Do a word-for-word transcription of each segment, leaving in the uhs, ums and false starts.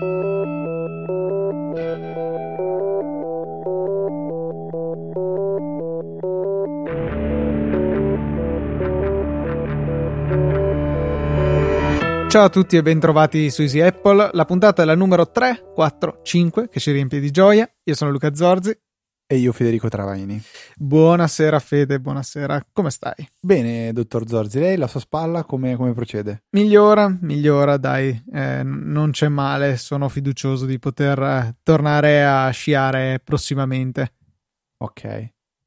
Ciao a tutti e bentrovati su Easy Apple. La puntata è la numero tre, quattro, cinque che ci riempie di gioia. Io sono Luca Zorzi. E io Federico Travaini. Buonasera Fede, buonasera. Come stai? Bene, dottor Zorzi. Lei, la sua spalla, come, come procede? Migliora, migliora, dai. Eh, non c'è male. Sono fiducioso di poter eh, tornare a sciare prossimamente. Ok.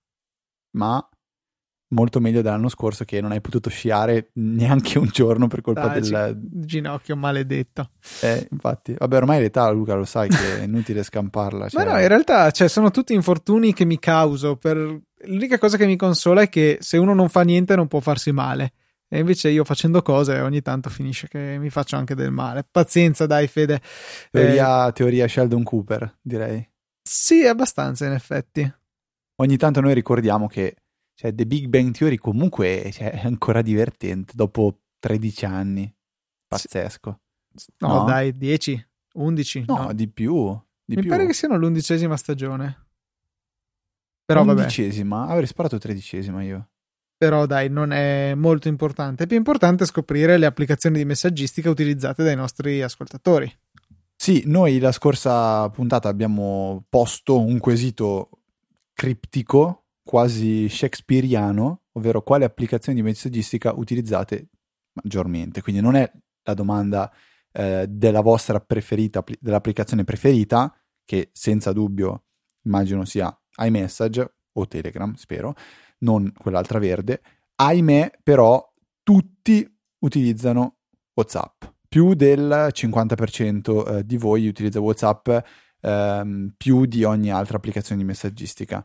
Ma molto meglio dell'anno scorso, che non hai potuto sciare neanche un giorno per colpa Dai, del ginocchio maledetto. Eh, infatti. Vabbè, ormai l'età, Luca, lo sai che è inutile scamparla. Cioè... Ma no, in realtà, cioè, sono tutti infortuni che mi causo. Per... L'unica cosa che mi consola è che se uno non fa niente non può farsi male. E invece io facendo cose ogni tanto finisce che mi faccio anche del male. Pazienza, dai, Fede. Teoria, eh... teoria Sheldon Cooper, direi. Sì, abbastanza, in effetti. Ogni tanto noi ricordiamo che cioè, The Big Bang Theory comunque cioè, è ancora divertente dopo tredici anni. Pazzesco. No, no, dai, dieci, undici. No, no. di più. Di Mi più. pare che siano l'undicesima stagione. Però undicesima? vabbè. Avrei sparato tredicesima io. Però dai, non è molto importante. È più importante scoprire le applicazioni di messaggistica utilizzate dai nostri ascoltatori. Sì, noi la scorsa puntata abbiamo posto un quesito criptico, quasi shakespeariano, ovvero quali applicazioni di messaggistica utilizzate maggiormente. Quindi non è la domanda eh, della vostra preferita, dell'applicazione preferita, che senza dubbio immagino sia iMessage o Telegram, spero, non quell'altra verde. Ahimè, però, tutti utilizzano WhatsApp. Più del cinquanta per cento di voi utilizza WhatsApp, ehm, più di ogni altra applicazione di messaggistica.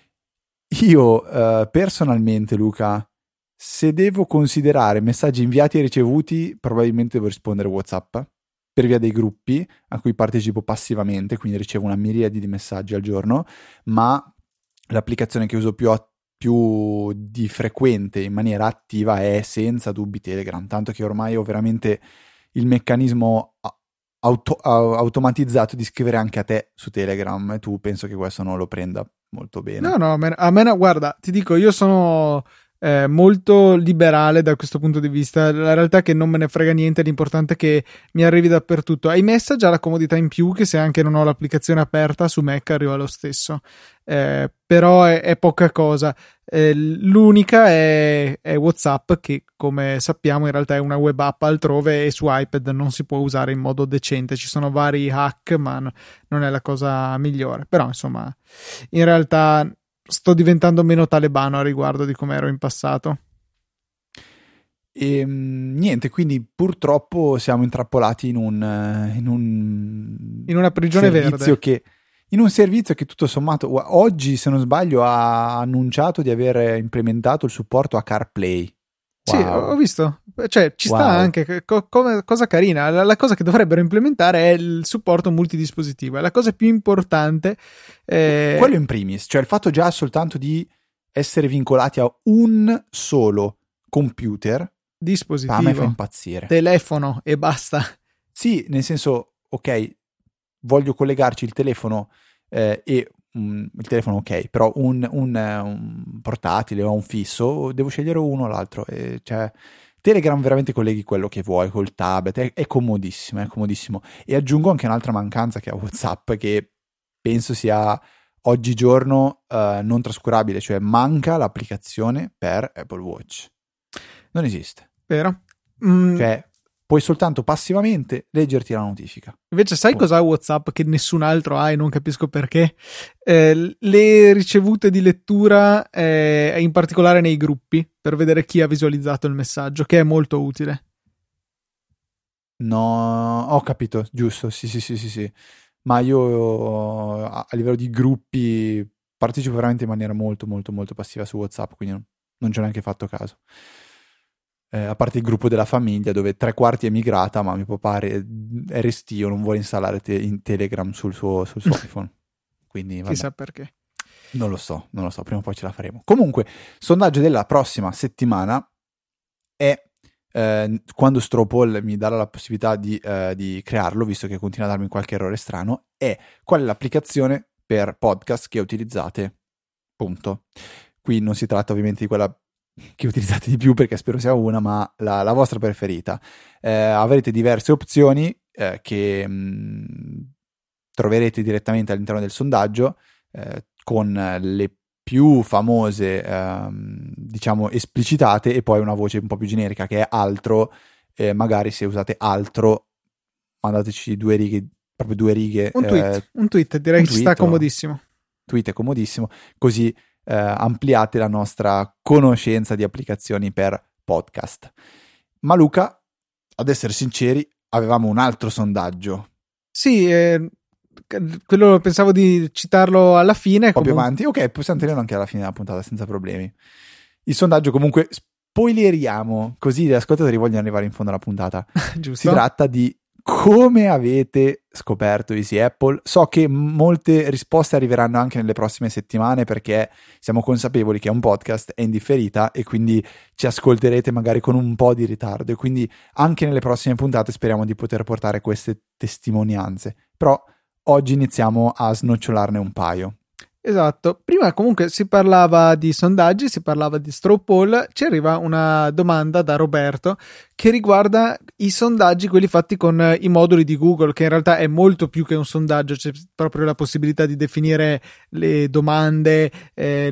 Io eh, personalmente, Luca, se devo considerare messaggi inviati e ricevuti, probabilmente devo rispondere WhatsApp per via dei gruppi a cui partecipo passivamente, quindi ricevo una miriade di messaggi al giorno, ma l'applicazione che uso più, a- più di frequente in maniera attiva è senza dubbi Telegram, tanto che ormai ho veramente il meccanismo auto- automatizzato di scrivere anche a te su Telegram, e tu penso che questo non lo prenda molto bene. No, no, a me, a me no, guarda, ti dico, io sono eh, molto liberale da questo punto di vista. La realtà è che non me ne frega niente, l'importante è che mi arrivi dappertutto. iMessage ha la comodità in più che se anche non ho l'applicazione aperta su Mac arriva lo stesso, eh, però è, è poca cosa. Eh, l'unica è, è WhatsApp, che come sappiamo in realtà è una web app altrove e su iPad non si può usare in modo decente. Ci sono vari hack, ma no, non è la cosa migliore. Però insomma, in realtà sto diventando meno talebano a riguardo di come ero in passato. E niente, quindi purtroppo siamo intrappolati in un in un in una prigione servizio verde che in un servizio che tutto sommato oggi, se non sbaglio, ha annunciato di aver implementato il supporto a CarPlay. Wow. Sì, ho visto, cioè ci wow. sta anche, co- come, cosa carina, la, la cosa che dovrebbero implementare è il supporto multidispositivo, è la cosa più importante. Eh... Quello in primis, cioè il fatto già soltanto di essere vincolati a un solo computer, dispositivo, a me fa impazzire. Telefono e basta. Sì, nel senso, ok, voglio collegarci il telefono eh, e il telefono ok, però un, un, un portatile o un fisso devo scegliere uno o l'altro, e cioè Telegram veramente colleghi quello che vuoi col tablet, è, è comodissimo, è comodissimo. E aggiungo anche un'altra mancanza che ha WhatsApp, che penso sia oggigiorno uh, non trascurabile, cioè manca l'applicazione per Apple Watch, non esiste, vero? Mm. Cioè puoi soltanto passivamente leggerti la notifica. Invece sai oh. cos'ha WhatsApp che nessun altro ha e non capisco perché? Eh, le ricevute di lettura, eh, in particolare nei gruppi, per vedere chi ha visualizzato il messaggio, che è molto utile. No, ho capito, giusto, sì sì sì sì sì. Ma io a livello di gruppi partecipo veramente in maniera molto molto molto passiva su WhatsApp, quindi non, non ci ho neanche fatto caso. Eh, a parte il gruppo della famiglia dove tre quarti è migrata, ma mio papà è restio, non vuole installare te- in Telegram sul suo, sul suo iPhone, quindi vabbè. Chissà perché, non lo so, non lo so, prima o poi ce la faremo. Comunque, sondaggio della prossima settimana è eh, quando Strawpoll mi darà la possibilità di, eh, di crearlo, visto che continua a darmi qualche errore strano, è qual è l'applicazione per podcast che utilizzate, punto. Qui non si tratta ovviamente di quella che utilizzate di più, perché spero sia una, ma la, la vostra preferita. Eh, avrete diverse opzioni eh, che mh, troverete direttamente all'interno del sondaggio, eh, con le più famose, ehm, diciamo, esplicitate, e poi una voce un po' più generica che è altro. Eh, magari se usate altro, mandateci due righe, proprio due righe. Un tweet, eh, un tweet, direi un che ci sta tweet o- comodissimo. Tweet è comodissimo, così eh, ampliate la nostra conoscenza di applicazioni per podcast. Ma Luca, ad essere sinceri, avevamo un altro sondaggio. Sì, eh, quello pensavo di citarlo alla fine. Un po' più comunque... avanti. Ok, possiamo tenerlo anche alla fine della puntata senza problemi. Il sondaggio comunque spoileriamo, così gli ascoltatori vogliono arrivare in fondo alla puntata. Giusto. Si tratta di come avete scoperto Easy Apple. So che molte risposte arriveranno anche nelle prossime settimane, perché siamo consapevoli che è un podcast, è in differita, e quindi ci ascolterete magari con un po' di ritardo, e quindi anche nelle prossime puntate speriamo di poter portare queste testimonianze. Però oggi iniziamo a snocciolarne un paio. Esatto, prima comunque si parlava di sondaggi, si parlava di straw poll, ci arriva una domanda da Roberto che riguarda i sondaggi, quelli fatti con i moduli di Google, che in realtà è molto più che un sondaggio, c'è proprio la possibilità di definire le domande, eh,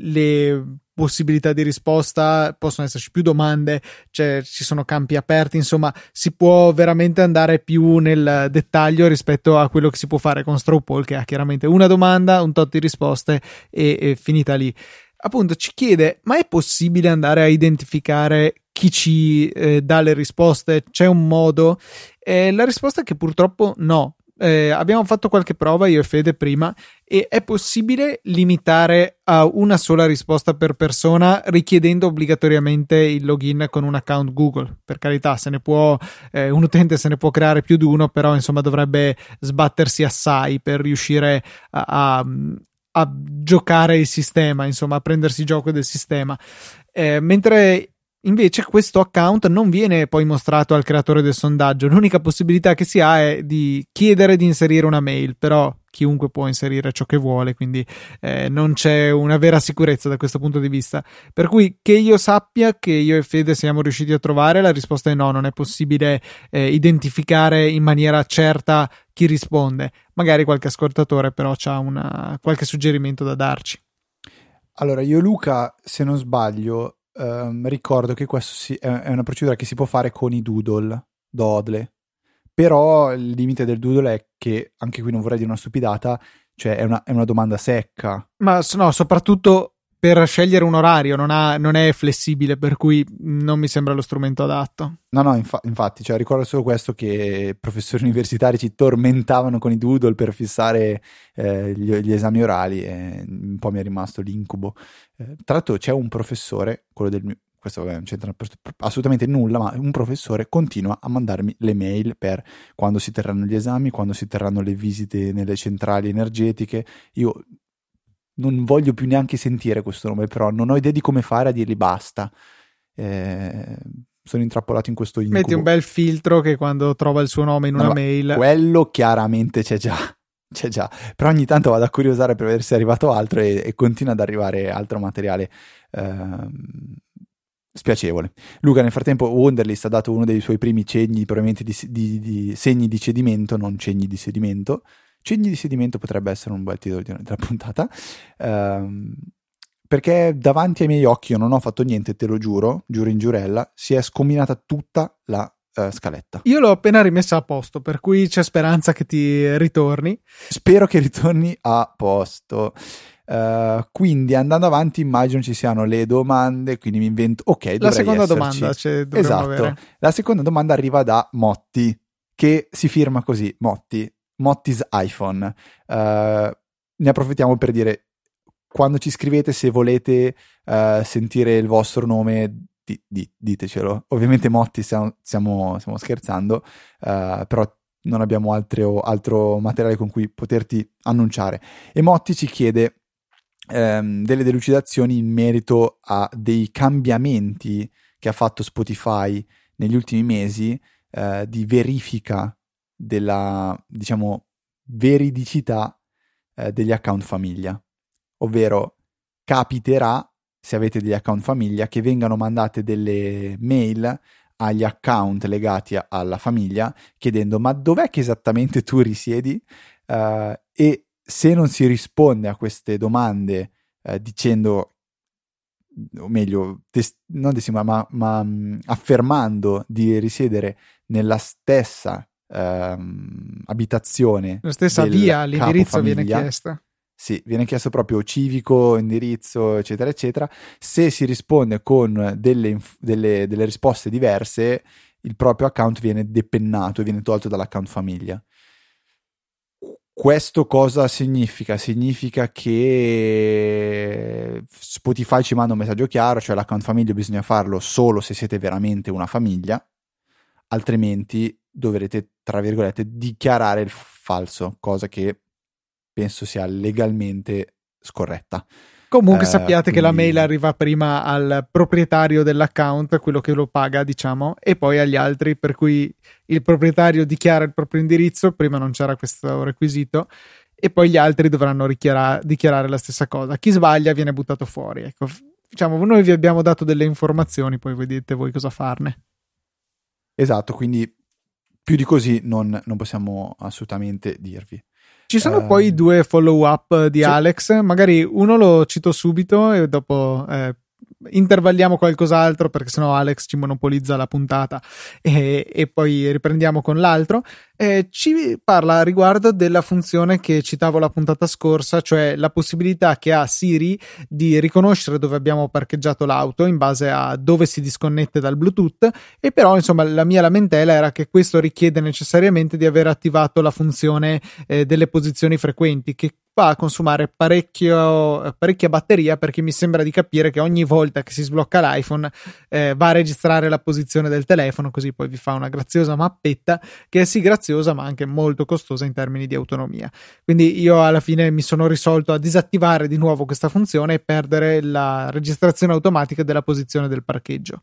le possibilità di risposta, possono esserci più domande, cioè ci sono campi aperti, insomma si può veramente andare più nel dettaglio rispetto a quello che si può fare con straw poll, che ha chiaramente una domanda, un tot di risposte e, e finita lì. Appunto ci chiede: ma è possibile andare a identificare chi ci eh, dà le risposte? C'è un modo? Eh, la risposta è che purtroppo no. Eh, abbiamo fatto qualche prova io e Fede prima, e è possibile limitare a una sola risposta per persona, richiedendo obbligatoriamente il login con un account Google. Per carità, se ne può eh, un utente se ne può creare più di uno, però insomma dovrebbe sbattersi assai per riuscire a, a, a giocare il sistema, insomma a prendersi gioco del sistema, eh, mentre invece questo account non viene poi mostrato al creatore del sondaggio. L'unica possibilità che si ha è di chiedere di inserire una mail, però chiunque può inserire ciò che vuole, quindi eh, non c'è una vera sicurezza da questo punto di vista. Per cui, che io sappia, che io e Fede siamo riusciti a trovare, la risposta è no, non è possibile eh, identificare in maniera certa chi risponde. Magari qualche ascoltatore però c'ha una, qualche suggerimento da darci. Allora, io e Luca, se non sbaglio, Um, ricordo che questo si, è, è una procedura che si può fare con i doodle, doodle, però il limite del doodle è che, anche qui non vorrei dire una stupidata, cioè è una, è una domanda secca. Ma no, soprattutto per scegliere un orario, non, ha, non è flessibile, per cui non mi sembra lo strumento adatto. No, no, infa- infatti, cioè, ricordo solo questo, che professori universitari ci tormentavano con i doodle per fissare eh, gli, gli esami orali, e un po' mi è rimasto l'incubo. Eh, tra l'altro c'è un professore, quello del mio, questo vabbè, non c'entra assolutamente nulla, ma un professore continua a mandarmi le mail per quando si terranno gli esami, quando si terranno le visite nelle centrali energetiche. Io non voglio più neanche sentire questo nome, però non ho idea di come fare a dirgli basta. Eh, sono intrappolato in questo incubo. Metti un bel filtro che quando trova il suo nome in una no, mail... Quello chiaramente c'è già, c'è già. Però ogni tanto vado a curiosare per vedere se è arrivato altro, e, e continua ad arrivare altro materiale ehm, spiacevole. Luca, nel frattempo, Wunderlist ha dato uno dei suoi primi cenni, probabilmente di, di, di segni di cedimento, non cenni di sedimento. Cenni di sedimento potrebbe essere un bel titolo della puntata, ehm, perché davanti ai miei occhi, io non ho fatto niente, te lo giuro, giuro in giurella, si è scombinata tutta la uh, scaletta. Io l'ho appena rimessa a posto, per cui c'è speranza che ti ritorni. Spero che ritorni a posto. Uh, quindi andando avanti, immagino ci siano le domande, quindi mi invento... Ok, la seconda esserci. domanda cioè, esatto. Avere. La seconda domanda arriva da Motti, che si firma così, Motti. Motti's iPhone. Uh, ne approfittiamo per dire, quando ci scrivete, se volete uh, sentire il vostro nome, di, di, ditecelo. Ovviamente Motti stiamo, stiamo, stiamo scherzando, uh, però non abbiamo altro, altro materiale con cui poterti annunciare. E Motti ci chiede um, delle delucidazioni in merito a dei cambiamenti che ha fatto Spotify negli ultimi mesi eh, di verifica della, diciamo, veridicità eh, degli account famiglia, ovvero capiterà, se avete degli account famiglia, che vengano mandate delle mail agli account legati a, alla famiglia chiedendo ma dov'è che esattamente tu risiedi, uh, e se non si risponde a queste domande uh, dicendo, o meglio tes- non dicendo, ma, ma um, affermando di risiedere nella stessa uh, abitazione, la stessa via, l'indirizzo viene chiesto. Sì, viene chiesto proprio civico, indirizzo, eccetera, eccetera. Se si risponde con delle, inf- delle, delle risposte diverse, il proprio account viene depennato e viene tolto dall'account famiglia. Questo cosa significa? Significa che Spotify ci manda un messaggio chiaro, cioè l'account famiglia bisogna farlo solo se siete veramente una famiglia, altrimenti dovrete, tra virgolette, dichiarare il falso, cosa che penso sia legalmente scorretta. Comunque eh, sappiate quindi... che la mail arriva prima al proprietario dell'account, quello che lo paga, diciamo, e poi agli altri, per cui il proprietario dichiara il proprio indirizzo, prima non c'era questo requisito, e poi gli altri dovranno dichiara- dichiarare la stessa cosa. Chi sbaglia viene buttato fuori. Ecco, diciamo, noi vi abbiamo dato delle informazioni, poi vedete voi cosa farne. Esatto, quindi più di così non, non possiamo assolutamente dirvi. Ci sono uh, poi due follow up di sì. Alex, magari uno lo cito subito e dopo eh, intervalliamo qualcos'altro perché sennò Alex ci monopolizza la puntata, e, e poi riprendiamo con l'altro. Eh, ci parla a riguardo della funzione che citavo la puntata scorsa, cioè la possibilità che ha Siri di riconoscere dove abbiamo parcheggiato l'auto in base a dove si disconnette dal Bluetooth, e però insomma la mia lamentela era che questo richiede necessariamente di aver attivato la funzione eh, delle posizioni frequenti, che va a consumare parecchio, parecchia batteria, perché mi sembra di capire che ogni volta che si sblocca l'iPhone eh, va a registrare la posizione del telefono, così poi vi fa una graziosa mappetta che è sì graziosa ma anche molto costosa in termini di autonomia. Quindi io alla fine mi sono risolto a disattivare di nuovo questa funzione e perdere la registrazione automatica della posizione del parcheggio.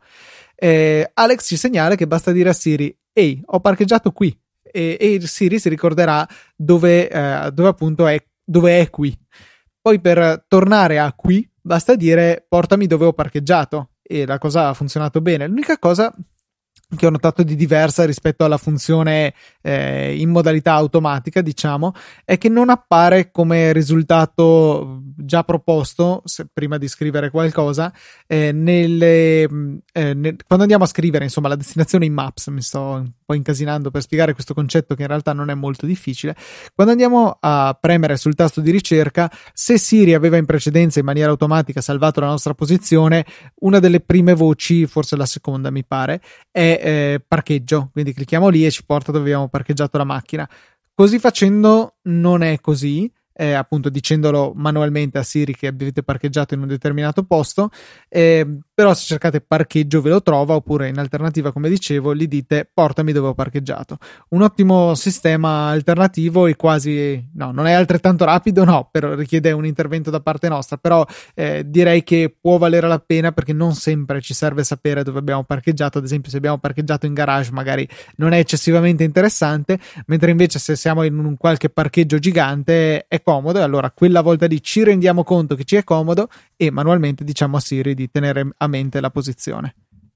eh, Alex ci segnala che basta dire a Siri: ehi, ho parcheggiato qui, e, e Siri si ricorderà dove, eh, dove appunto è dove è qui. Poi per tornare a qui basta dire portami dove ho parcheggiato, e la cosa ha funzionato bene. L'unica cosa che ho notato di diversa rispetto alla funzione eh, in modalità automatica, diciamo, è che non appare come risultato già proposto, se, prima di scrivere qualcosa, eh, nelle, eh, ne, quando andiamo a scrivere insomma la destinazione in Maps. Mi sto un po' incasinando per spiegare questo concetto che in realtà non è molto difficile. Quando andiamo a premere sul tasto di ricerca, se Siri aveva in precedenza in maniera automatica salvato la nostra posizione, una delle prime voci, forse la seconda mi pare, è Eh, parcheggio, quindi clicchiamo lì e ci porta dove abbiamo parcheggiato la macchina. Così facendo non è così, eh, appunto dicendolo manualmente a Siri che avete parcheggiato in un determinato posto, eh, però se cercate parcheggio ve lo trova, oppure in alternativa, come dicevo, gli dite portami dove ho parcheggiato. Un ottimo sistema alternativo e quasi, no, non è altrettanto rapido, no, però richiede un intervento da parte nostra, però eh, direi che può valere la pena, perché non sempre ci serve sapere dove abbiamo parcheggiato. Ad esempio, se abbiamo parcheggiato in garage magari non è eccessivamente interessante, mentre invece se siamo in un qualche parcheggio gigante è comodo, e allora quella volta lì ci rendiamo conto che ci è comodo e manualmente diciamo a Siri di tenere a mente la posizione.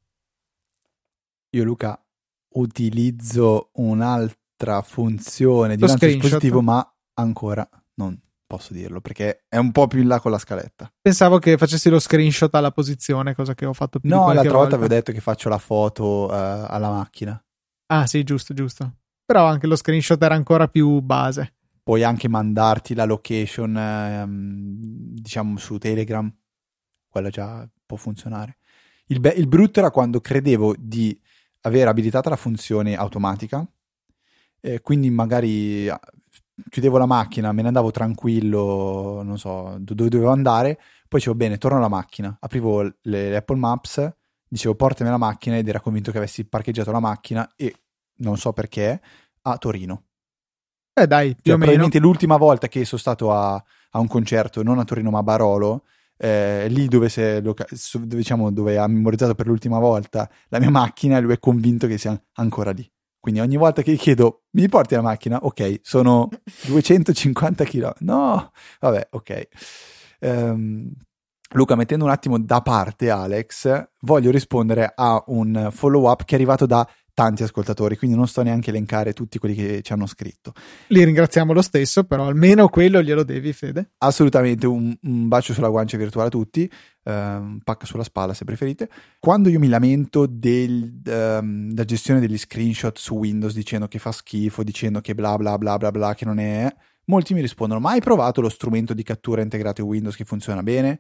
Io, Luca, utilizzo un'altra funzione di un altro dispositivo, ma ancora non posso dirlo perché è un po' più in là con la scaletta. Pensavo che facessi lo screenshot alla posizione, cosa che ho fatto più no, di qualche l'altra volta. volta avevo detto che faccio la foto uh, alla macchina. Ah sì, giusto, giusto. Però anche lo screenshot era ancora più base. Puoi anche mandarti la location, ehm, diciamo, su Telegram. Quella già può funzionare. Il, be- il brutto era quando credevo di aver abilitata la funzione automatica, eh, quindi magari chiudevo la macchina, me ne andavo tranquillo, non so dove dovevo andare, poi dicevo bene, torno alla macchina, aprivo le, le Apple Maps, dicevo portami la macchina, ed era convinto che avessi parcheggiato la macchina, e non so perché, a Torino. Eh dai, più cioè, o probabilmente meno. l'ultima volta che sono stato a, a un concerto, non a Torino ma a Barolo, eh, lì dove, si è loca- dove, diciamo, dove ha memorizzato per l'ultima volta la mia macchina, lui è convinto che sia ancora lì. Quindi ogni volta che gli chiedo, mi porti la macchina? Ok, sono duecentocinquanta chilometri. No, vabbè, ok. Um, Luca, mettendo un attimo da parte Alex, voglio rispondere a un follow up che è arrivato da tanti ascoltatori, quindi non sto neanche a elencare tutti quelli che ci hanno scritto. Li ringraziamo lo stesso, però almeno quello glielo devi, Fede. Assolutamente, un, un bacio sulla guancia virtuale a tutti, um, pacca sulla spalla se preferite. Quando io mi lamento del, um, della gestione degli screenshot su Windows dicendo che fa schifo, dicendo che bla bla bla bla bla, che non è, molti mi rispondono: ma hai provato lo strumento di cattura integrato in Windows che funziona bene?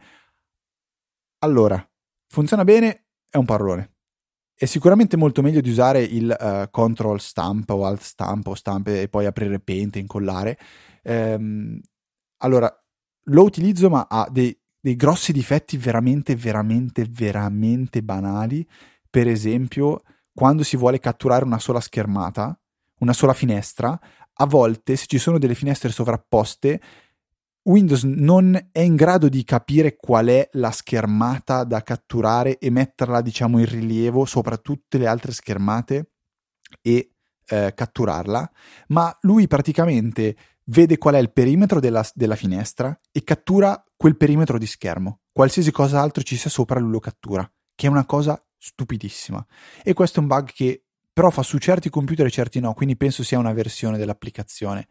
Allora, funziona bene è un parolone. È sicuramente molto meglio di usare il uh, control stamp o alt stamp o stamp e poi aprire Paint e incollare. Ehm, allora, lo utilizzo ma ha dei, dei grossi difetti veramente, veramente, veramente banali. Per esempio, quando si vuole catturare una sola schermata, una sola finestra, a volte se ci sono delle finestre sovrapposte, Windows non è in grado di capire qual è la schermata da catturare e metterla, diciamo, in rilievo sopra tutte le altre schermate e eh, catturarla, ma lui praticamente vede qual è il perimetro della, della finestra e cattura quel perimetro di schermo. Qualsiasi cosa altro ci sia sopra lui lo cattura, che è una cosa stupidissima. E questo è un bug che però fa su certi computer e certi no, quindi penso sia una versione dell'applicazione.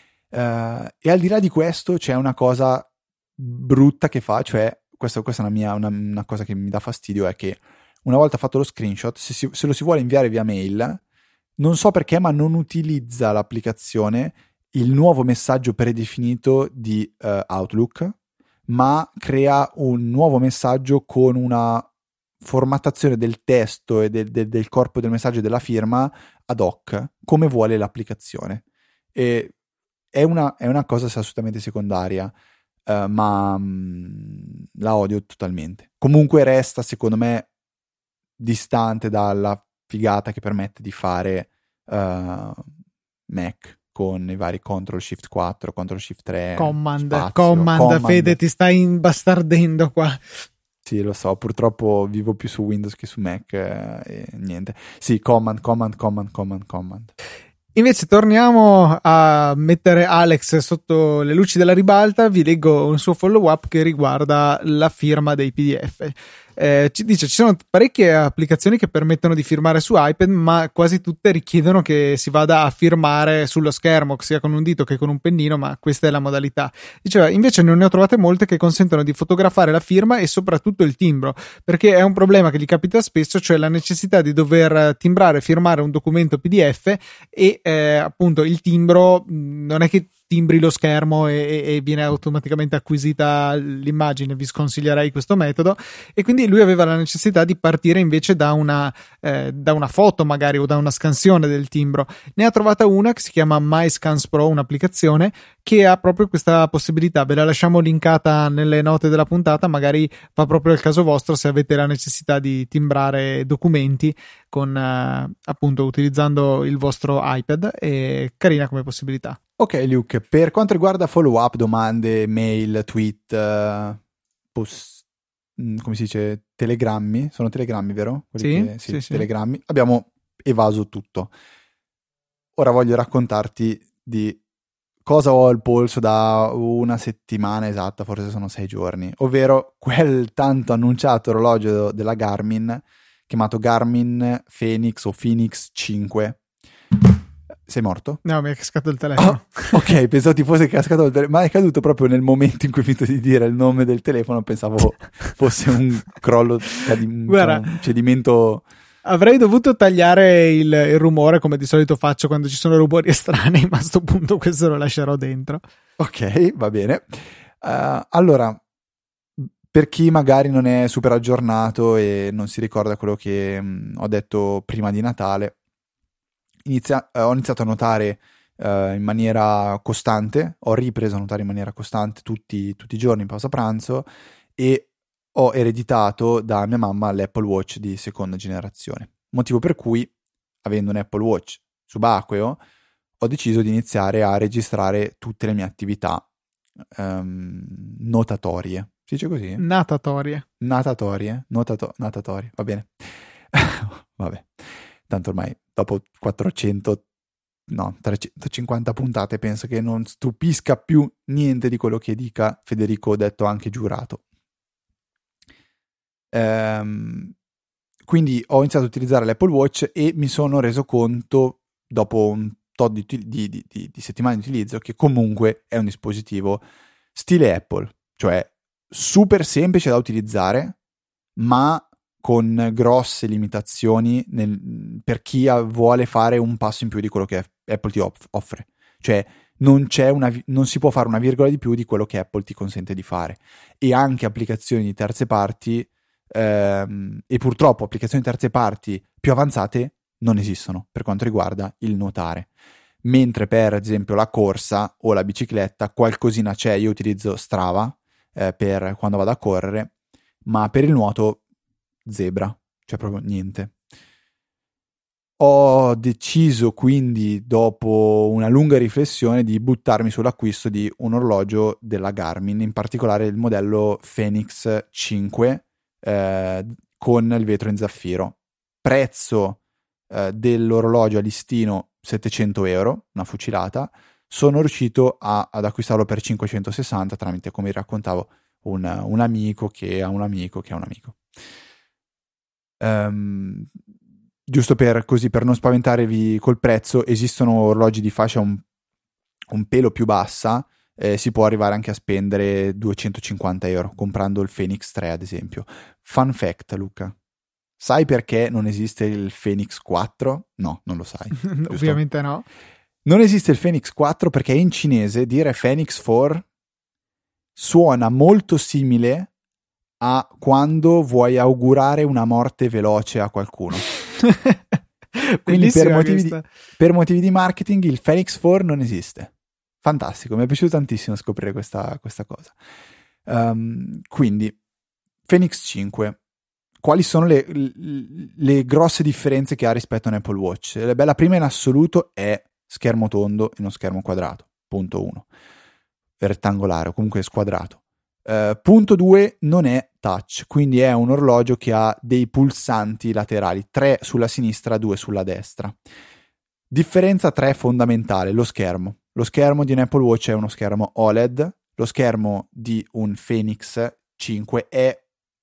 Uh, e al di là di questo c'è una cosa brutta che fa, cioè questa, questa è una, mia, una, una cosa che mi dà fastidio, è che una volta fatto lo screenshot, se, si, se lo si vuole inviare via mail, non so perché, ma non utilizza l'applicazione il nuovo messaggio predefinito di uh, Outlook, ma crea un nuovo messaggio con una formattazione del testo e del, del, del corpo del messaggio e della firma ad hoc, come vuole l'applicazione. E È una, è una cosa assolutamente secondaria, uh, ma um, la odio totalmente. Comunque resta, secondo me, distante dalla figata che permette di fare uh, Mac con i vari Control Shift quattro, Control Shift tre, Command, spazio, command, command. Fede, ti stai imbastardendo qua. Sì, lo so, purtroppo vivo più su Windows che su Mac eh, e niente. Sì, command, command, command, command, command. Invece torniamo a mettere Alex sotto le luci della ribalta. Vi leggo un suo follow up che riguarda la firma dei P D F. Eh, ci dice: ci sono parecchie applicazioni che permettono di firmare su iPad, ma quasi tutte richiedono che si vada a firmare sullo schermo, sia con un dito che con un pennino, ma questa è la modalità. Diceva, invece non ne ho trovate molte che consentono di fotografare la firma e soprattutto il timbro, perché è un problema che gli capita spesso, cioè la necessità di dover timbrare e firmare un documento P D F e eh, appunto il timbro non è che timbri lo schermo e, e viene automaticamente acquisita l'immagine. Vi sconsiglierei questo metodo. E quindi lui aveva la necessità di partire invece da una, eh, da una foto magari o da una scansione del timbro. Ne ha trovata una che si chiama MyScans Pro, un'applicazione che ha proprio questa possibilità. Ve la lasciamo linkata nelle note della puntata, magari fa proprio il caso vostro se avete la necessità di timbrare documenti con eh, appunto utilizzando il vostro iPad. È carina come possibilità. Ok Luke, per quanto riguarda follow up, domande, mail, tweet, uh, post, come si dice, telegrammi, sono telegrammi vero? Sì, che, sì, sì, sì. telegrammi, abbiamo evaso tutto. Ora voglio raccontarti di cosa ho al polso da una settimana esatta, forse sono sei giorni, ovvero quel tanto annunciato orologio della Garmin chiamato Garmin Fenix o Phoenix cinque. Sei morto? No, mi è cascato il telefono. Oh, ok, pensavo ti fosse cascato il telefono, ma è caduto proprio nel momento in cui ho finito di dire il nome del telefono, pensavo fosse un crollo, cadi- Guarda, un cedimento. Avrei dovuto tagliare il, il rumore come di solito faccio quando ci sono rumori estranei, ma a sto punto questo lo lascerò dentro. Ok, va bene. Uh, allora, per chi magari non è super aggiornato e non si ricorda quello che mh, ho detto prima di Natale, Inizia- eh, ho iniziato a notare eh, in maniera costante, ho ripreso a notare in maniera costante tutti, tutti i giorni in pausa pranzo e ho ereditato da mia mamma l'Apple Watch di seconda generazione. Motivo per cui, avendo un Apple Watch subacqueo, ho deciso di iniziare a registrare tutte le mie attività ehm, notatorie, Si dice così? Natatorie. Natatorie, notato- natatorie, va bene. Vabbè, tanto ormai dopo quattrocento, no, trecentocinquanta puntate penso che non stupisca più niente di quello che dica Federico, detto anche giurato. Ehm, quindi ho iniziato ad utilizzare l'Apple Watch e mi sono reso conto, dopo un tot di, di, di, di, di settimane di utilizzo, che comunque è un dispositivo stile Apple, cioè super semplice da utilizzare, ma con grosse limitazioni nel, per chi ha, vuole fare un passo in più di quello che Apple ti off- offre. Cioè non, c'è una, non si può fare una virgola di più di quello che Apple ti consente di fare. E anche applicazioni di terze parti, ehm, e purtroppo applicazioni di terze parti più avanzate non esistono per quanto riguarda il nuotare. Mentre per esempio la corsa o la bicicletta qualcosina c'è. Io utilizzo Strava eh, per quando vado a correre, ma per il nuoto zebra, cioè proprio niente. Ho deciso quindi, dopo una lunga riflessione, di buttarmi sull'acquisto di un orologio della Garmin, in particolare il modello Fenix cinque eh, con il vetro in zaffiro. Prezzo eh, dell'orologio a listino settecento euro, una fucilata. Sono riuscito a, ad acquistarlo per cinquecentosessanta tramite, come vi raccontavo, un, un amico che ha un amico che ha un amico. Um, giusto per così, per non spaventarvi col prezzo, esistono orologi di fascia un, un pelo più bassa, eh, si può arrivare anche a spendere duecentocinquanta euro comprando il Fenix tre, ad esempio. Fun fact, Luca, sai perché non esiste il Fenix quattro? No, non lo sai. Ovviamente no. Non esiste il Fenix quattro perché in cinese dire Fenix quattro suona molto simile a quando vuoi augurare una morte veloce a qualcuno. Quindi per motivi, di, per motivi di marketing il Fenix quattro non esiste. Fantastico, mi è piaciuto tantissimo scoprire questa, questa cosa. Um, quindi Fenix cinque, quali sono le, le, le grosse differenze che ha rispetto a un Apple Watch? Beh, la prima in assoluto è schermo tondo e non schermo quadrato, punto uno, rettangolare o comunque squadrato. Uh, punto due, non è touch, quindi è un orologio che ha dei pulsanti laterali, tre sulla sinistra, due sulla destra. Differenza tre fondamentale, lo schermo. Lo schermo di un Apple Watch è uno schermo O L E D, lo schermo di un Fenix cinque è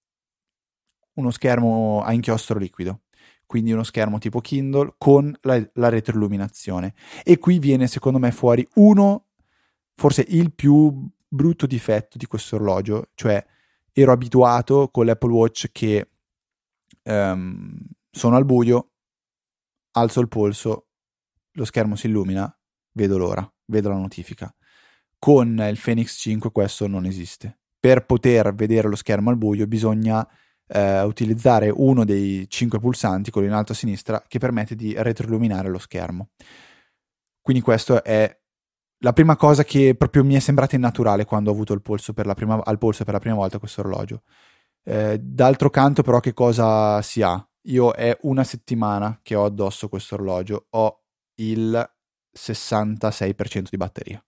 uno schermo a inchiostro liquido, quindi uno schermo tipo Kindle con la, la retroilluminazione. E qui viene secondo me fuori uno, forse il più brutto difetto di questo orologio, cioè ero abituato con l'Apple Watch che um, sono al buio, alzo il polso, lo schermo si illumina, vedo l'ora, vedo la notifica. Con il Fenix cinque questo non esiste. Per poter vedere lo schermo al buio bisogna uh, utilizzare uno dei cinque pulsanti, quello in alto a sinistra, che permette di retroilluminare lo schermo. Quindi questo è la prima cosa che proprio mi è sembrata innaturale quando ho avuto il polso per la prima, al polso per la prima volta questo orologio. Eh, d'altro canto però che cosa si ha? Io è una settimana che ho addosso questo orologio, ho il sessantasei per cento di batteria.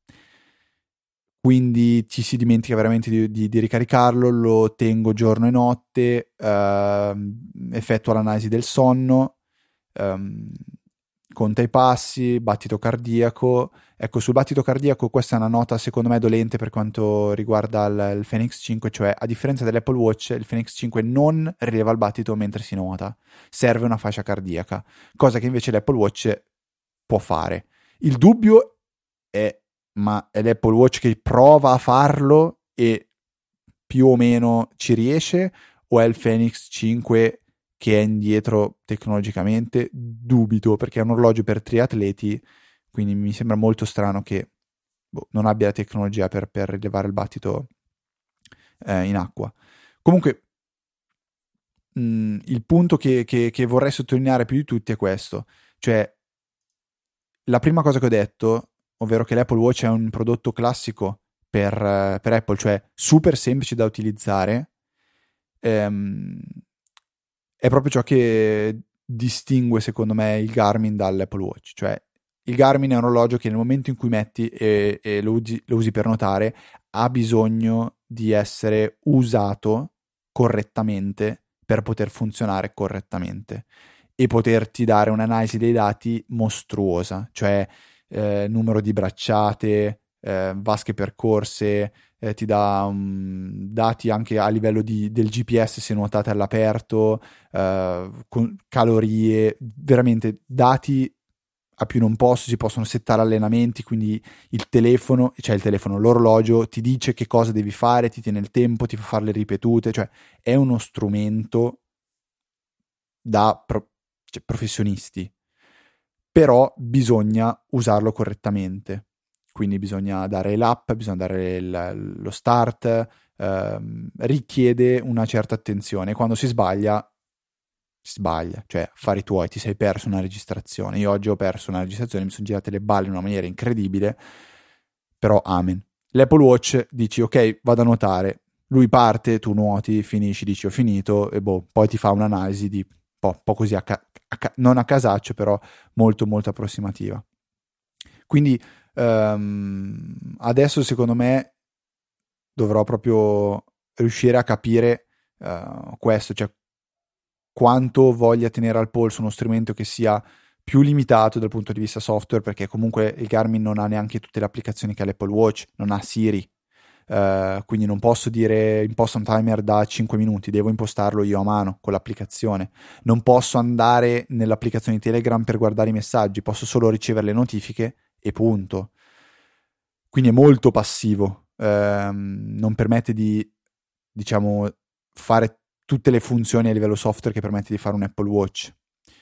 Quindi ci si dimentica veramente di, di, di ricaricarlo, lo tengo giorno e notte, eh, effettua l'analisi del sonno, ehm, conta i passi, battito cardiaco. Ecco, sul battito cardiaco questa è una nota secondo me dolente per quanto riguarda il, il Fenix cinque, cioè a differenza dell'Apple Watch il Fenix cinque non rileva il battito mentre si nuota, serve una fascia cardiaca, cosa che invece l'Apple Watch può fare. Il dubbio è, ma è l'Apple Watch che prova a farlo e più o meno ci riesce, o è il Fenix cinque che è indietro tecnologicamente? Dubito, perché è un orologio per triatleti, quindi mi sembra molto strano che boh, non abbia la tecnologia per, per rilevare il battito eh, in acqua. Comunque mh, il punto che, che, che vorrei sottolineare più di tutti è questo, cioè la prima cosa che ho detto, ovvero che l'Apple Watch è un prodotto classico per, per Apple, cioè super semplice da utilizzare, ehm, è proprio ciò che distingue secondo me il Garmin dall'Apple Watch. Cioè il Garmin è un orologio che nel momento in cui metti e, e lo, usi, lo usi per notare ha bisogno di essere usato correttamente per poter funzionare correttamente e poterti dare un'analisi dei dati mostruosa, cioè eh, numero di bracciate, eh, vasche percorse, eh, ti dà um, dati anche a livello di, del G P S se nuotate all'aperto, eh, con calorie, veramente dati a più non posso, si possono settare allenamenti, quindi il telefono, cioè il telefono, l'orologio ti dice che cosa devi fare, ti tiene il tempo, ti fa fare le ripetute, cioè è uno strumento da pro- cioè, professionisti, però bisogna usarlo correttamente, quindi bisogna dare l'app, bisogna dare il, lo start, ehm, richiede una certa attenzione, quando si sbaglia si sbaglia, cioè affari tuoi, ti sei perso una registrazione. Io oggi ho perso una registrazione, mi sono girate le balle in una maniera incredibile, però amen. L'Apple Watch dici ok, vado a nuotare, lui parte, tu nuoti, finisci, dici ho finito e boh, poi ti fa un'analisi di po', po' così a ca- a ca- non a casaccio, però molto molto approssimativa. Quindi um, adesso secondo me dovrò proprio riuscire a capire uh, questo, cioè quanto voglia tenere al polso uno strumento che sia più limitato dal punto di vista software, perché comunque il Garmin non ha neanche tutte le applicazioni che ha l'Apple Watch, non ha Siri, uh, quindi non posso dire imposta un timer da cinque minuti, devo impostarlo io a mano con l'applicazione, non posso andare nell'applicazione di Telegram per guardare i messaggi, posso solo ricevere le notifiche e punto. Quindi è molto passivo, uh, non permette di, diciamo, fare tutte le funzioni a livello software che permette di fare un Apple Watch.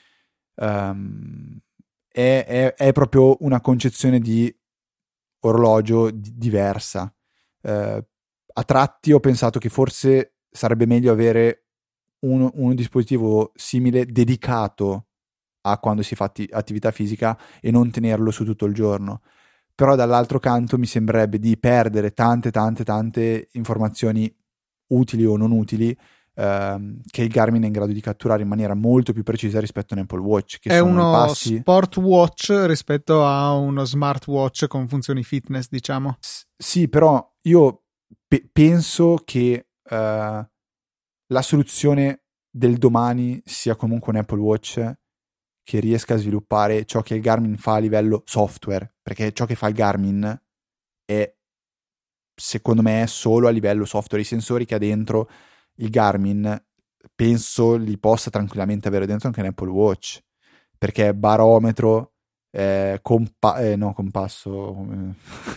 Um, è, è, è proprio una concezione di orologio di, diversa. Uh, a tratti ho pensato che forse sarebbe meglio avere un, un dispositivo simile dedicato a quando si fa atti- attività fisica e non tenerlo su tutto il giorno. Però dall'altro canto mi sembrerebbe di perdere tante tante tante informazioni utili o non utili Uh, che il Garmin è in grado di catturare in maniera molto più precisa rispetto a un Apple Watch, che è sono uno i passi. sport watch rispetto a uno smartwatch con funzioni fitness, diciamo. S- sì, però io pe- penso che uh, la soluzione del domani sia comunque un Apple Watch che riesca a sviluppare ciò che il Garmin fa a livello software, perché ciò che fa il Garmin è, secondo me, solo a livello software. I sensori che ha dentro il Garmin penso li possa tranquillamente avere dentro anche un Apple Watch, perché barometro, eh, compa- eh, no compasso eh.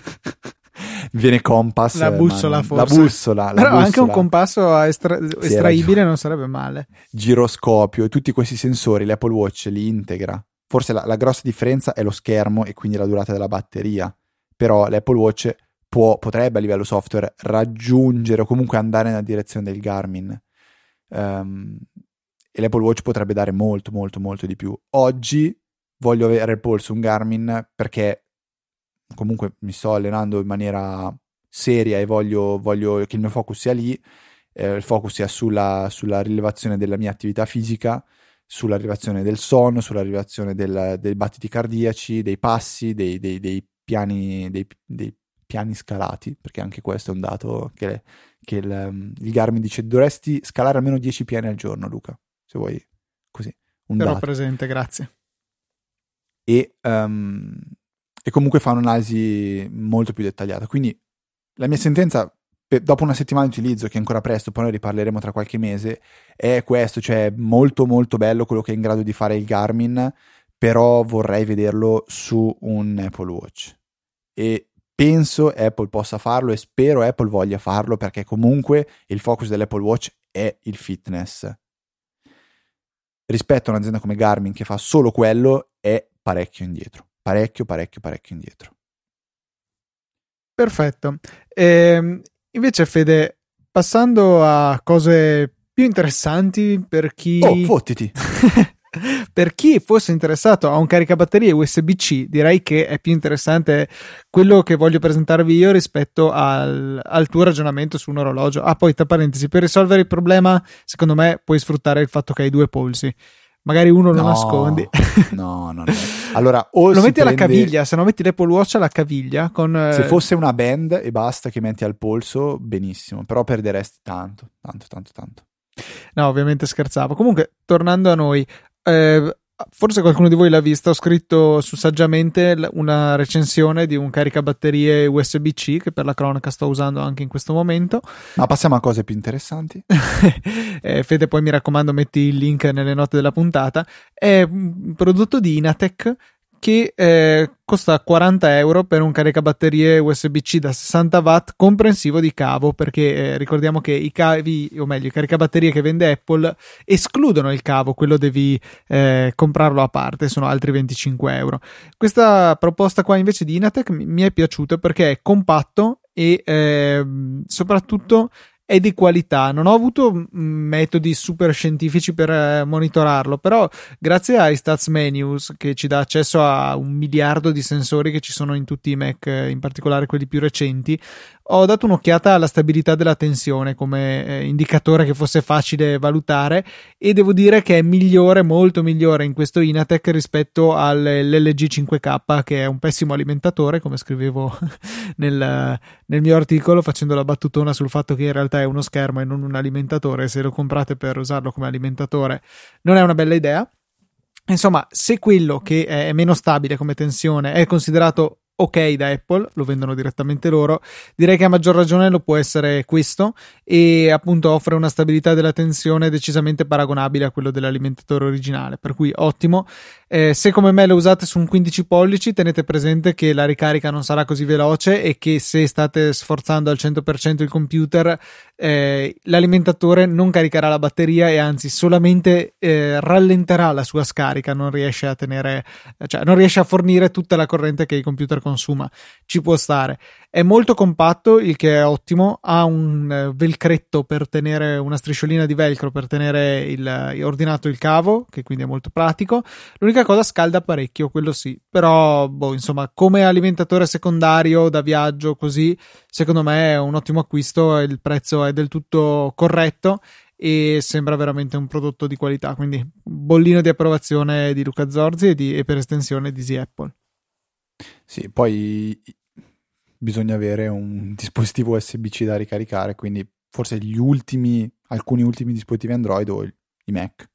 viene compass, la bussola non, forse la bussola, la però bussola. Anche un compasso estra- sì, estraibile non sarebbe male. Giroscopio, tutti questi sensori l'Apple Watch li integra. Forse la, la grossa differenza è lo schermo e quindi la durata della batteria, però l'Apple Watch Può, potrebbe a livello software raggiungere o comunque andare nella direzione del Garmin, um, e l'Apple Watch potrebbe dare molto molto molto di più. Oggi voglio avere al polso un Garmin perché comunque mi sto allenando in maniera seria e voglio, voglio che il mio focus sia lì, eh, il focus sia sulla, sulla rilevazione della mia attività fisica, sulla rilevazione del sonno, sulla rilevazione del, dei battiti cardiaci, dei passi, dei, dei, dei piani dei, dei piani scalati, perché anche questo è un dato che, che il, il Garmin dice dovresti scalare almeno dieci piani al giorno, Luca, se vuoi così, un Però dato. presente, grazie. E, um, e comunque fa un'analisi molto più dettagliata, quindi la mia sentenza per, dopo una settimana di utilizzo, che è ancora presto, poi ne riparleremo tra qualche mese, è questo, cioè molto molto bello quello che è in grado di fare il Garmin, però vorrei vederlo su un Apple Watch e penso Apple possa farlo e spero Apple voglia farlo, perché comunque il focus dell'Apple Watch è il fitness. Rispetto a un'azienda come Garmin che fa solo quello è parecchio indietro, parecchio parecchio parecchio indietro. Perfetto. E invece Fede, passando a cose più interessanti per chi Oh, fottiti! per chi fosse interessato a un caricabatterie U S B C, direi che è più interessante quello che voglio presentarvi io rispetto al, al tuo ragionamento su un orologio. Ah, poi tra parentesi, per risolvere il problema, secondo me puoi sfruttare il fatto che hai due polsi. magari uno lo no, nascondi. no, no, no. Allora, o lo si metti alla prende... caviglia, se no metti l'Apple Watch alla caviglia. Con, Se fosse una band e basta che metti al polso, benissimo, però perderesti tanto, tanto, tanto, tanto. No, ovviamente scherzavo. Comunque, tornando a noi, eh, forse qualcuno di voi l'ha vista, ho scritto su Saggiamente una recensione di un caricabatterie U S B C che per la cronaca sto usando anche in questo momento. Ma passiamo a cose più interessanti. eh, Fede, poi mi raccomando metti il link nelle note della puntata. È un prodotto di Inatec che eh, costa quaranta euro per un caricabatterie U S B C da sessanta watt comprensivo di cavo, perché eh, ricordiamo che i cavi, o meglio i caricabatterie che vende Apple escludono il cavo, quello devi eh, comprarlo a parte, sono altri venticinque euro. Questa proposta qua invece di Inatec mi, mi è piaciuta perché è compatto e eh, soprattutto è di qualità. Non ho avuto metodi super scientifici per eh, monitorarlo, però grazie a iStats Menus, che ci dà accesso a un miliardo di sensori che ci sono in tutti i Mac, in particolare quelli più recenti, ho dato un'occhiata alla stabilità della tensione come eh, indicatore che fosse facile valutare, e devo dire che è migliore, molto migliore in questo Inatec rispetto all'L G cinque K, che è un pessimo alimentatore, come scrivevo nel, nel mio articolo, facendo la battutona sul fatto che in realtà è uno schermo e non un alimentatore. Se lo comprate per usarlo come alimentatore non è una bella idea. Insomma, se quello che è meno stabile come tensione è considerato ok da Apple, lo vendono direttamente loro, direi che a maggior ragione lo può essere questo, e appunto offre una stabilità della tensione decisamente paragonabile a quello dell'alimentatore originale, per cui ottimo. Eh, se come me lo usate su un quindici pollici, tenete presente che la ricarica non sarà così veloce e che se state sforzando al cento per cento il computer, eh, l'alimentatore non caricherà la batteria e anzi solamente eh, rallenterà la sua scarica, non riesce a tenere, cioè non riesce a fornire tutta la corrente che il computer consuma. Ci può stare. È molto compatto, il che è ottimo, ha un velcretto per tenere, una strisciolina di velcro per tenere il, ordinato il cavo, che quindi è molto pratico. L'unica cosa, scalda parecchio, quello sì, però boh, insomma, come alimentatore secondario da viaggio così, secondo me è un ottimo acquisto, il prezzo è del tutto corretto e sembra veramente un prodotto di qualità, quindi bollino di approvazione di Luca Zorzi e, di, e per estensione di Easy Apple. Sì, poi bisogna avere un dispositivo U S B C da ricaricare, quindi forse gli ultimi, alcuni ultimi dispositivi Android o i Mac.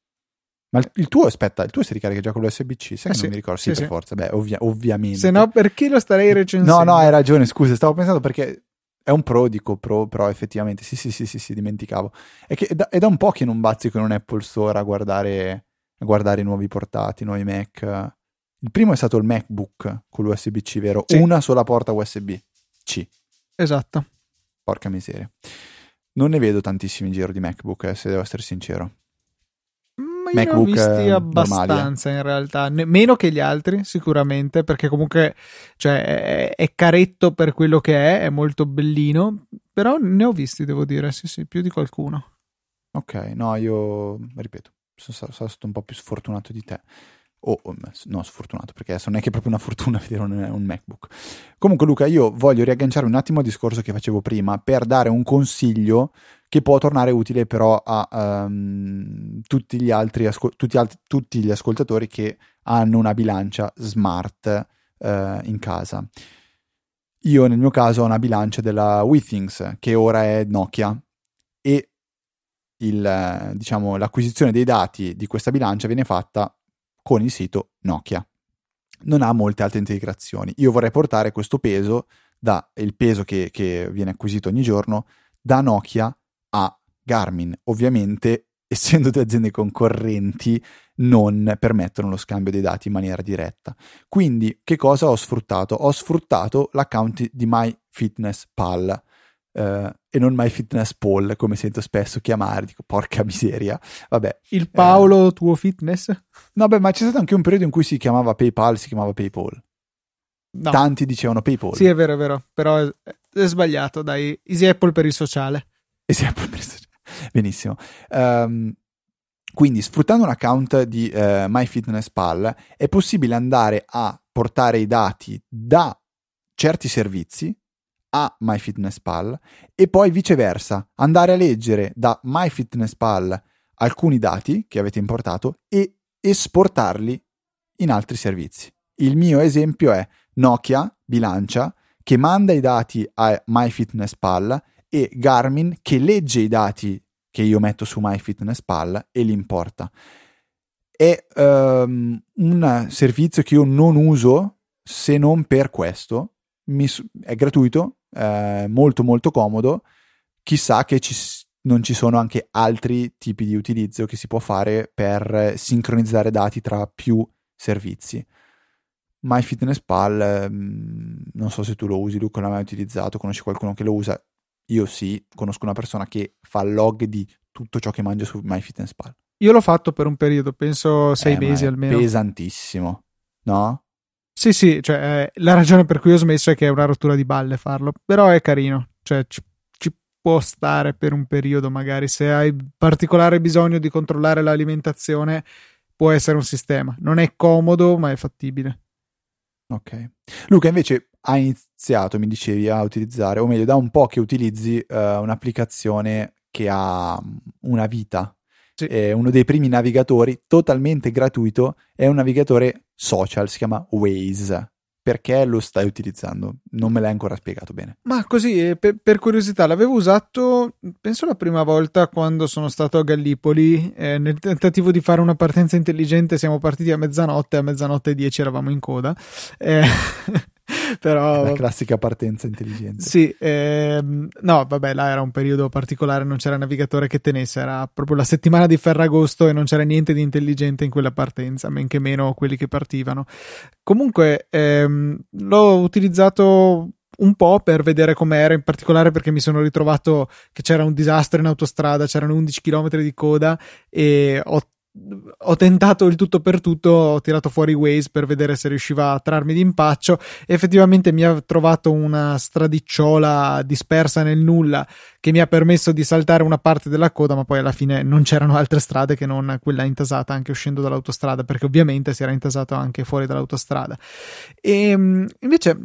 Ma il, il tuo, aspetta, il tuo si ricarica già con l'U S B C? Sai che eh non sì, mi ricordo? Sì, sì, per sì. forza, beh, ovvia, ovviamente. Se no, perché lo starei recensendo? No, no, hai ragione, scusa, stavo pensando perché è un Pro, dico Pro, però effettivamente, sì, sì, sì, sì, sì, dimenticavo. È che è da, è da un po' che non bazzico in un Apple Store a guardare, a guardare i nuovi portati, i nuovi Mac. Il primo è stato il MacBook con l'U S B C, vero? Sì. Una sola porta U S B C. Esatto. Porca miseria. Non ne vedo tantissimi in giro di MacBook, eh, se devo essere sincero. Ma io MacBook, ne ho visti eh, abbastanza normali, eh. In realtà, ne- meno che gli altri sicuramente, perché comunque cioè, è, è caretto per quello che è, è molto bellino, però ne ho visti, devo dire, sì sì, più di qualcuno. Ok, no, io ripeto, sono, sono stato un po' più sfortunato di te. Oh, no, sfortunato, perché adesso non è che è proprio una fortuna vedere un, un MacBook. Comunque Luca, io voglio riagganciarmi un attimo al discorso che facevo prima per dare un consiglio che può tornare utile però a um, tutti gli altri ascol- tutti, alt- tutti gli ascoltatori che hanno una bilancia smart uh, in casa. Io nel mio caso ho una bilancia della Withings, che ora è Nokia, e il, diciamo, l'acquisizione dei dati di questa bilancia viene fatta con il sito Nokia. Non ha molte altre integrazioni. Io vorrei portare questo peso, da, il peso che, che viene acquisito ogni giorno, da Nokia a Garmin. Ovviamente, essendo due aziende concorrenti, non permettono lo scambio dei dati in maniera diretta. Quindi, che cosa ho sfruttato? Ho sfruttato l'account di MyFitnessPal, Uh, e non MyFitnessPal, come sento spesso chiamare. Dico, porca miseria, vabbè. Il Paolo eh, tuo fitness? No, beh, ma c'è stato anche un periodo in cui si chiamava PayPal, si chiamava PayPal. No. Tanti dicevano PayPal. Sì, è vero, è vero, però è, è sbagliato, dai. Easy Apple per il sociale. Easy Apple per il sociale. Benissimo. Um, quindi, sfruttando un account di uh, MyFitnessPal, è possibile andare a portare i dati da certi servizi a MyFitnessPal e poi viceversa andare a leggere da MyFitnessPal alcuni dati che avete importato e esportarli in altri servizi. Il mio esempio è Nokia Bilancia, che manda i dati a MyFitnessPal, e Garmin, che legge i dati che io metto su MyFitnessPal e li importa. È um, un servizio che io non uso se non per questo. Mi, è gratuito, eh, molto molto comodo. Chissà che ci, non ci sono anche altri tipi di utilizzo che si può fare per sincronizzare dati tra più servizi. MyFitnessPal, um, non so se tu lo usi, Luca, non l'hai mai utilizzato, conosci qualcuno che lo usa? Io sì, conosco una persona che fa log di tutto ciò che mangia su MyFitnessPal. Io l'ho fatto per un periodo, penso sei eh, mesi almeno. Pesantissimo, no? Sì, sì, cioè eh, la ragione per cui ho smesso è che è una rottura di balle farlo, però è carino, cioè ci, ci può stare per un periodo magari, se hai particolare bisogno di controllare l'alimentazione può essere un sistema, non è comodo ma è fattibile. Ok. Luca, invece hai iniziato, mi dicevi, a utilizzare, o meglio da un po' che utilizzi uh, un'applicazione che ha una vita. Sì. È uno dei primi navigatori totalmente gratuito, è un navigatore social, si chiama Waze. Perché lo stai utilizzando? Non me l'hai ancora spiegato bene. Ma così, per, per curiosità, l'avevo usato, penso la prima volta quando sono stato a Gallipoli, eh, nel tentativo di fare una partenza intelligente. Siamo partiti a mezzanotte, a mezzanotte e dieci eravamo in coda. Eh, però la classica partenza intelligente. Sì, ehm, no, vabbè, là era un periodo particolare, non c'era navigatore che tenesse, era proprio la settimana di Ferragosto e non c'era niente di intelligente in quella partenza, men che meno quelli che partivano. Comunque ehm, l'ho utilizzato un po' per vedere com'era, in particolare perché mi sono ritrovato che c'era un disastro in autostrada, c'erano undici chilometri di coda e ho ho tentato il tutto per tutto, ho tirato fuori Waze per vedere se riusciva a trarmi d'impaccio. Effettivamente mi ha trovato una stradicciola dispersa nel nulla che mi ha permesso di saltare una parte della coda, ma poi alla fine non c'erano altre strade che non quella intasata anche uscendo dall'autostrada, perché ovviamente si era intasato anche fuori dall'autostrada. E invece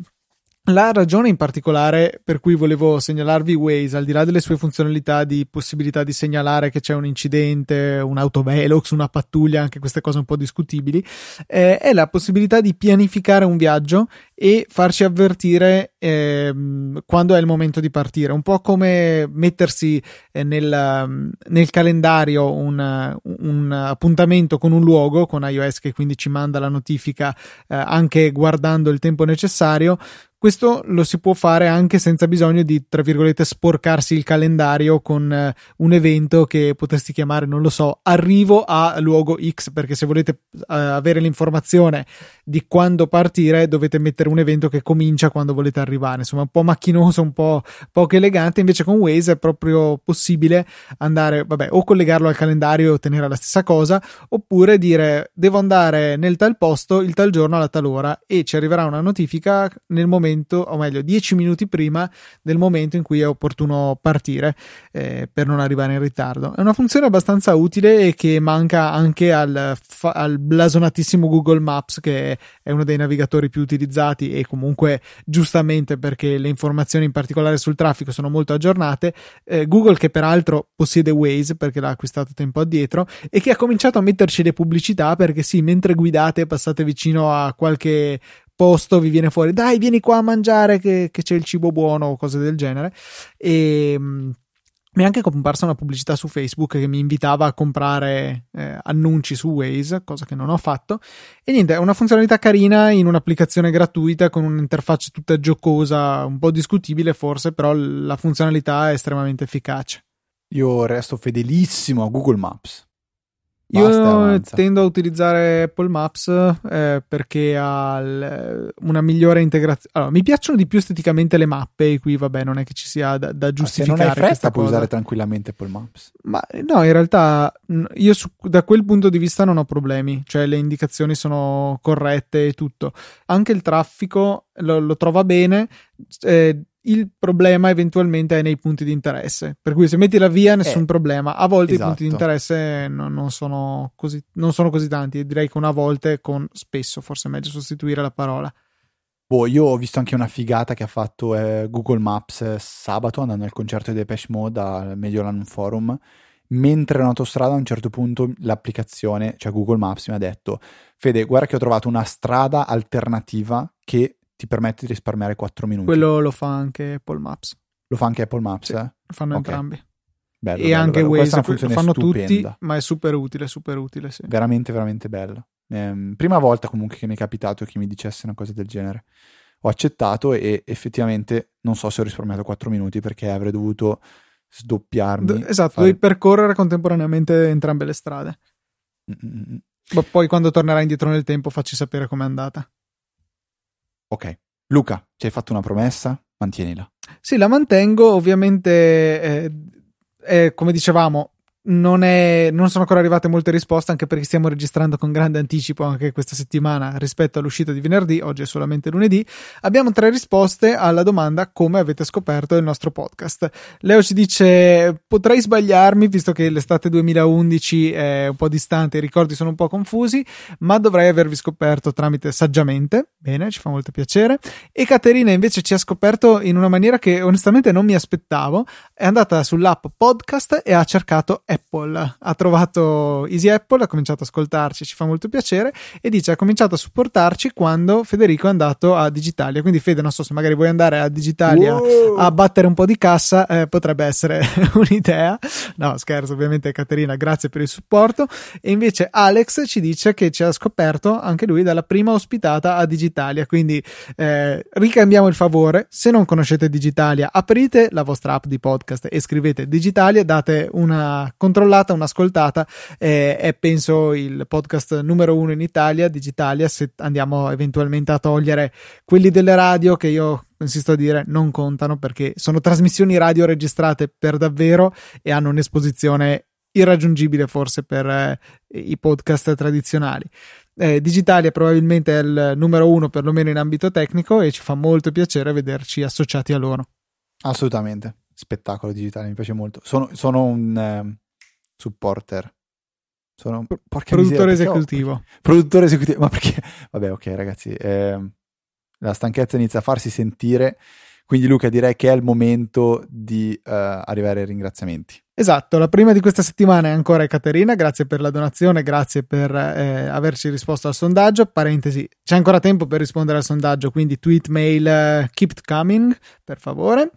la ragione in particolare per cui volevo segnalarvi Waze, al di là delle sue funzionalità di possibilità di segnalare che c'è un incidente, un autovelox, una pattuglia, anche queste cose un po' discutibili, eh, è la possibilità di pianificare un viaggio e farci avvertire eh, quando è il momento di partire, un po' come mettersi eh, nel, nel calendario un, un appuntamento con un luogo, con iOS che quindi ci manda la notifica eh, anche guardando il tempo necessario. Questo lo si può fare anche senza bisogno di, tra virgolette, sporcarsi il calendario con eh, un evento che potresti chiamare, non lo so, arrivo a luogo X, perché se volete eh, avere l'informazione di quando partire dovete mettere un evento che comincia quando volete arrivare. Insomma, un po' macchinoso, un po' poco elegante. Invece con Waze è proprio possibile andare, vabbè, o collegarlo al calendario e ottenere la stessa cosa, oppure dire devo andare nel tal posto il tal giorno alla tal ora e ci arriverà una notifica nel momento, o meglio dieci minuti prima del momento in cui è opportuno partire, eh, per non arrivare in ritardo. È una funzione abbastanza utile e che manca anche al, fa, al blasonatissimo Google Maps, che è uno dei navigatori più utilizzati, e comunque giustamente perché le informazioni in particolare sul traffico sono molto aggiornate. eh, Google, che peraltro possiede Waze perché l'ha acquistato tempo addietro e che ha cominciato a metterci le pubblicità, perché sì, mentre guidate passate vicino a qualche posto vi viene fuori dai vieni qua a mangiare che, che c'è il cibo buono o cose del genere. E mh, mi è anche comparsa una pubblicità su Facebook che mi invitava a comprare eh, annunci su Waze, cosa che non ho fatto. E niente, è una funzionalità carina in un'applicazione gratuita con un'interfaccia tutta giocosa, un po' discutibile forse, però la funzionalità è estremamente efficace. Io resto fedelissimo a Google Maps. Io tendo a utilizzare Apple Maps eh, perché ha l- una migliore integrazione. Allora, mi piacciono di più esteticamente le mappe, e qui vabbè non è che ci sia da, da giustificare. Ma se non hai fretta puoi cosa. usare tranquillamente Apple Maps. Ma no, in realtà io su, da quel punto di vista non ho problemi, cioè le indicazioni sono corrette e tutto. Anche il traffico lo, lo trova bene. Eh, il problema eventualmente è nei punti di interesse, per cui se metti la via nessun eh, problema. A volte esatto. I punti di interesse non, non sono così non sono così tanti, direi che una volta con spesso forse è meglio sostituire la parola. Boh, io ho visto anche una figata che ha fatto eh, Google Maps eh, sabato andando al concerto di Depeche Mode al Mediolanum Forum. mentre in autostrada a un certo punto l'applicazione, cioè Google Maps, mi ha detto: Fede, guarda che ho trovato una strada alternativa che ti permette di risparmiare quattro minuti. Quello lo fa anche Apple Maps. Lo fa anche Apple Maps? Sì, eh? lo fanno okay. entrambi. Bello, e bello, anche bello. Waze, lo fanno stupenda. tutti, ma è super utile, super utile, sì. Veramente, veramente bello. Eh, prima volta comunque che mi è capitato che mi dicesse una cosa del genere. Ho accettato e effettivamente non so se ho risparmiato quattro minuti, perché avrei dovuto sdoppiarmi. Esatto, fare... devi percorrere contemporaneamente entrambe le strade. Mm-mm. Ma poi quando tornerai indietro nel tempo facci sapere com'è andata. Ok. Luca, ci hai fatto una promessa? Mantienila. Sì, la mantengo, ovviamente, eh, eh, come dicevamo, non, è, non sono ancora arrivate molte risposte, anche perché stiamo registrando con grande anticipo anche questa settimana rispetto all'uscita di venerdì. Oggi è solamente lunedì. Abbiamo tre risposte alla domanda: come avete scoperto il nostro podcast? Leo ci dice: potrei sbagliarmi visto che l'estate duemilaundici è un po' distante, i ricordi sono un po' confusi, ma dovrei avervi scoperto tramite saggiamente. Bene, ci fa molto piacere. E Caterina invece ci ha scoperto in una maniera che onestamente non mi aspettavo. È andata sull'app podcast e ha cercato Apple, ha trovato Easy Apple, ha cominciato ad ascoltarci, ci fa molto piacere, e dice: ha cominciato a supportarci quando Federico è andato a Digitalia. Quindi Fede, non so se magari vuoi andare a Digitalia wow. a battere un po' di cassa, eh, potrebbe essere un'idea. No, scherzo, ovviamente. Caterina, grazie per il supporto. E invece Alex ci dice che ci ha scoperto anche lui dalla prima ospitata a Digitalia, quindi eh, ricambiamo il favore: se non conoscete Digitalia, aprite la vostra app di podcast e scrivete Digitalia, date una controllata, un'ascoltata. Eh, è penso il podcast numero uno in Italia, Digitalia, se andiamo eventualmente a togliere quelli delle radio, che io insisto a dire non contano, perché sono trasmissioni radio registrate per davvero e hanno un'esposizione irraggiungibile forse per eh, i podcast tradizionali. Eh, Digitalia probabilmente è il numero uno, perlomeno in ambito tecnico, e ci fa molto piacere vederci associati a loro. Assolutamente, spettacolo Digitale, mi piace molto. Sono, sono un eh, supporter, sono produttore miseria, esecutivo. Ho, produttore esecutivo, ma perché? Vabbè, ok ragazzi, eh, la stanchezza inizia a farsi sentire, quindi Luca, direi che è il momento di uh, arrivare ai ringraziamenti. Esatto, la prima di questa settimana è ancora Caterina, grazie per la donazione, grazie per eh, averci risposto al sondaggio. Parentesi, c'è ancora tempo per rispondere al sondaggio, quindi tweet, mail, uh, keep it coming, per favore.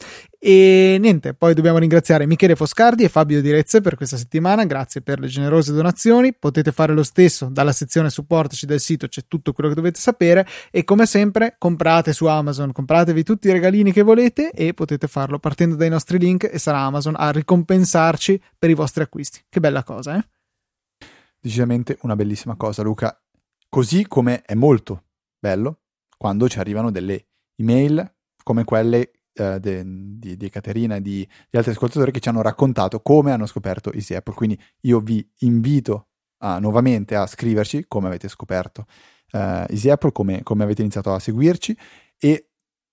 E niente, poi dobbiamo ringraziare Michele Foscardi e Fabio Direzze per questa settimana, grazie per le generose donazioni. Potete fare lo stesso dalla sezione supportaci del sito, c'è tutto quello che dovete sapere, e come sempre comprate su Amazon, compratevi tutti i regalini che volete e potete farlo partendo dai nostri link, e sarà Amazon a ricompensarci per i vostri acquisti. Che bella cosa, eh? Decisamente una bellissima cosa, Luca, così come è molto bello quando ci arrivano delle email come quelle uh, de, di, di Caterina e di, di altri ascoltatori che ci hanno raccontato come hanno scoperto Easy Apple. Quindi io vi invito a, nuovamente a scriverci come avete scoperto uh, Easy Apple, come, come avete iniziato a seguirci, e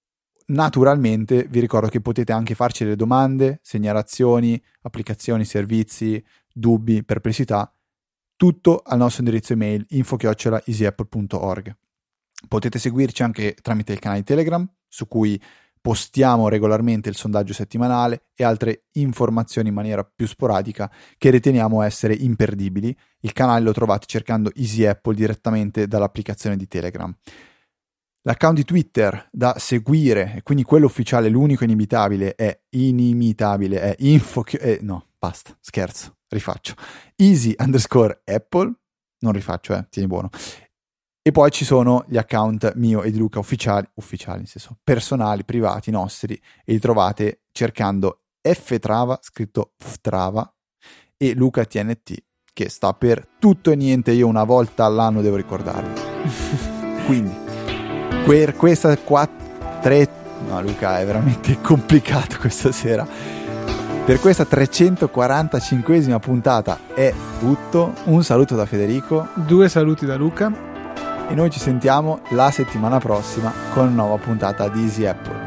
naturalmente vi ricordo che potete anche farci delle domande, segnalazioni, applicazioni, servizi, dubbi, perplessità, tutto al nostro indirizzo email info chiocciola easyapple punto org. Potete seguirci anche tramite il canale Telegram, su cui postiamo regolarmente il sondaggio settimanale e altre informazioni in maniera più sporadica che riteniamo essere imperdibili. Il canale lo trovate cercando Easy Apple direttamente dall'applicazione di Telegram. L'account di Twitter da seguire, e quindi quello ufficiale, l'unico inimitabile, è inimitabile, è info, eh, no, basta, scherzo, rifaccio, easy underscore Apple, non rifaccio, eh, tieni buono. E poi ci sono gli account mio e di Luca ufficiali, ufficiali, nel senso personali, privati, nostri, e li trovate cercando Ftrava, scritto Ftrava, e Luca T N T, che sta per tutto e niente, io una volta all'anno devo ricordarmi. Quindi per questa quattro, tre, no Luca è veramente complicato questa sera, per questa trecentoquarantacinquesima puntata è tutto. Un saluto da Federico, due saluti da Luca, e noi ci sentiamo la settimana prossima con una nuova puntata di Easy Apple.